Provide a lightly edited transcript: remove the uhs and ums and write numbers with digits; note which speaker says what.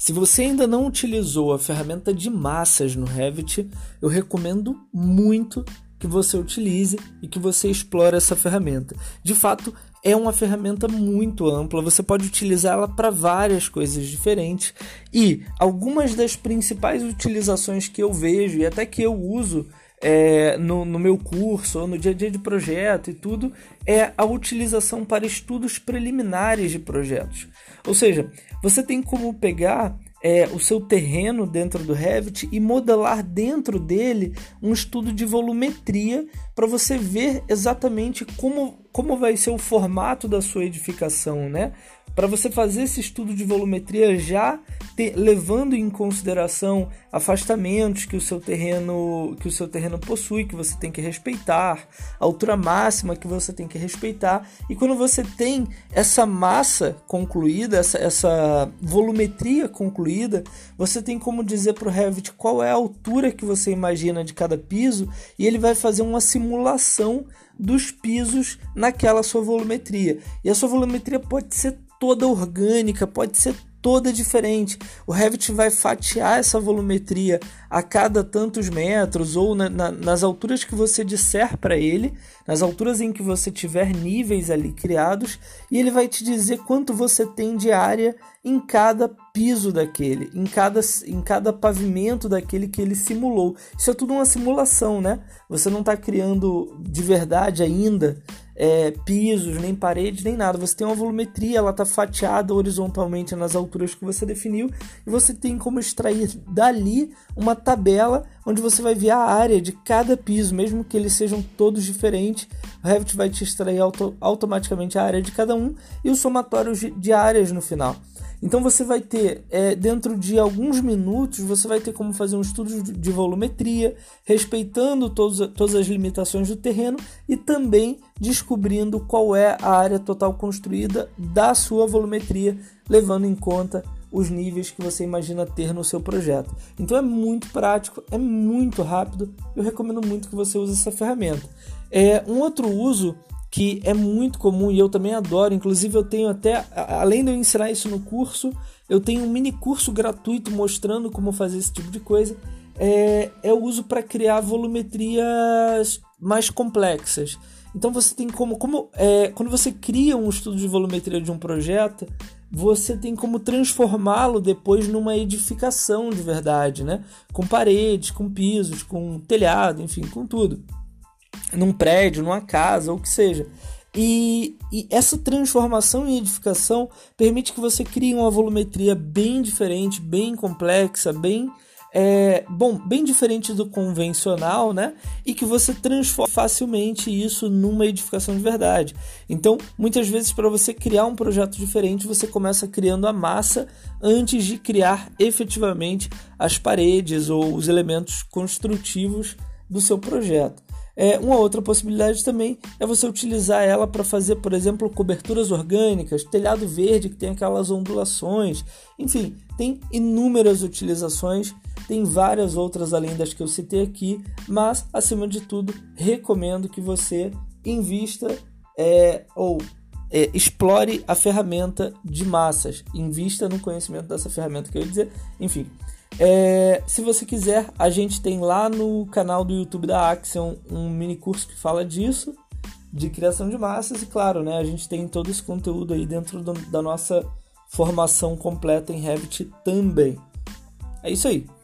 Speaker 1: Se você ainda não utilizou a ferramenta de massas no Revit, eu recomendo muito que você utilize e que você explore essa ferramenta. De fato, é uma ferramenta muito ampla, você pode utilizá-la para várias coisas diferentes e algumas das principais utilizações que eu vejo e até que eu uso no meu curso ou no dia a dia de projeto e tudo, é a utilização para estudos preliminares de projetos. Ou seja, você tem como pegar o seu terreno dentro do Revit e modelar dentro dele um estudo de volumetria para você ver exatamente como vai ser o formato da sua edificação, né? Para você fazer esse estudo de volumetria já levando em consideração afastamentos que o seu terreno possui, que você tem que respeitar, a altura máxima que você tem que respeitar. E quando você tem essa massa concluída, essa volumetria concluída, você tem como dizer para o Revit qual é a altura que você imagina de cada piso e ele vai fazer uma simulação dos pisos naquela sua volumetria. E a sua volumetria pode ser toda orgânica, pode ser toda diferente. O Revit vai fatiar essa volumetria a cada tantos metros ou nas alturas que você disser para ele, nas alturas em que você tiver níveis ali criados, e ele vai te dizer quanto você tem de área em cada piso daquele, em cada pavimento daquele que ele simulou. Isso é tudo uma simulação, né? Você não está criando de verdade ainda pisos, nem paredes, nem nada. Você tem uma volumetria, ela está fatiada horizontalmente nas alturas que você definiu e você tem como extrair dali uma tabela onde você vai ver a área de cada piso, mesmo que eles sejam todos diferentes. O Revit vai te extrair automaticamente a área de cada um e o somatório de áreas no final. Então você vai ter, dentro de alguns minutos, você vai ter como fazer um estudo de volumetria, respeitando todas as limitações do terreno e também descobrindo qual é a área total construída da sua volumetria, levando em conta os níveis que você imagina ter no seu projeto. Então é muito prático, é muito rápido, eu recomendo muito que você use essa ferramenta. Um outro uso que é muito comum e eu também adoro, inclusive eu tenho até, além de eu ensinar isso no curso, eu tenho um mini curso gratuito mostrando como fazer esse tipo de coisa, eu uso para criar volumetrias mais complexas. Então você tem quando você cria um estudo de volumetria de um projeto, você tem como transformá-lo depois numa edificação de verdade, né? Com paredes, com pisos, com telhado, enfim, com tudo. Num prédio, numa casa, ou o que seja. E essa transformação em edificação permite que você crie uma volumetria bem diferente, bem complexa, bem diferente do convencional, né? E que você transforma facilmente isso numa edificação de verdade. Então, muitas vezes, para você criar um projeto diferente, você começa criando a massa antes de criar efetivamente as paredes ou os elementos construtivos do seu projeto. Uma outra possibilidade também é você utilizar ela para fazer, por exemplo, coberturas orgânicas, telhado verde que tem aquelas ondulações, enfim, tem inúmeras utilizações, tem várias outras além das que eu citei aqui, mas acima de tudo recomendo que você invista explore a ferramenta de massas, invista no conhecimento dessa ferramenta que eu ia dizer, enfim. Se você quiser, a gente tem lá no canal do YouTube da Axion um mini curso que fala disso, de criação de massas, e claro, né, a gente tem todo esse conteúdo aí dentro da nossa formação completa em Revit também. É isso aí.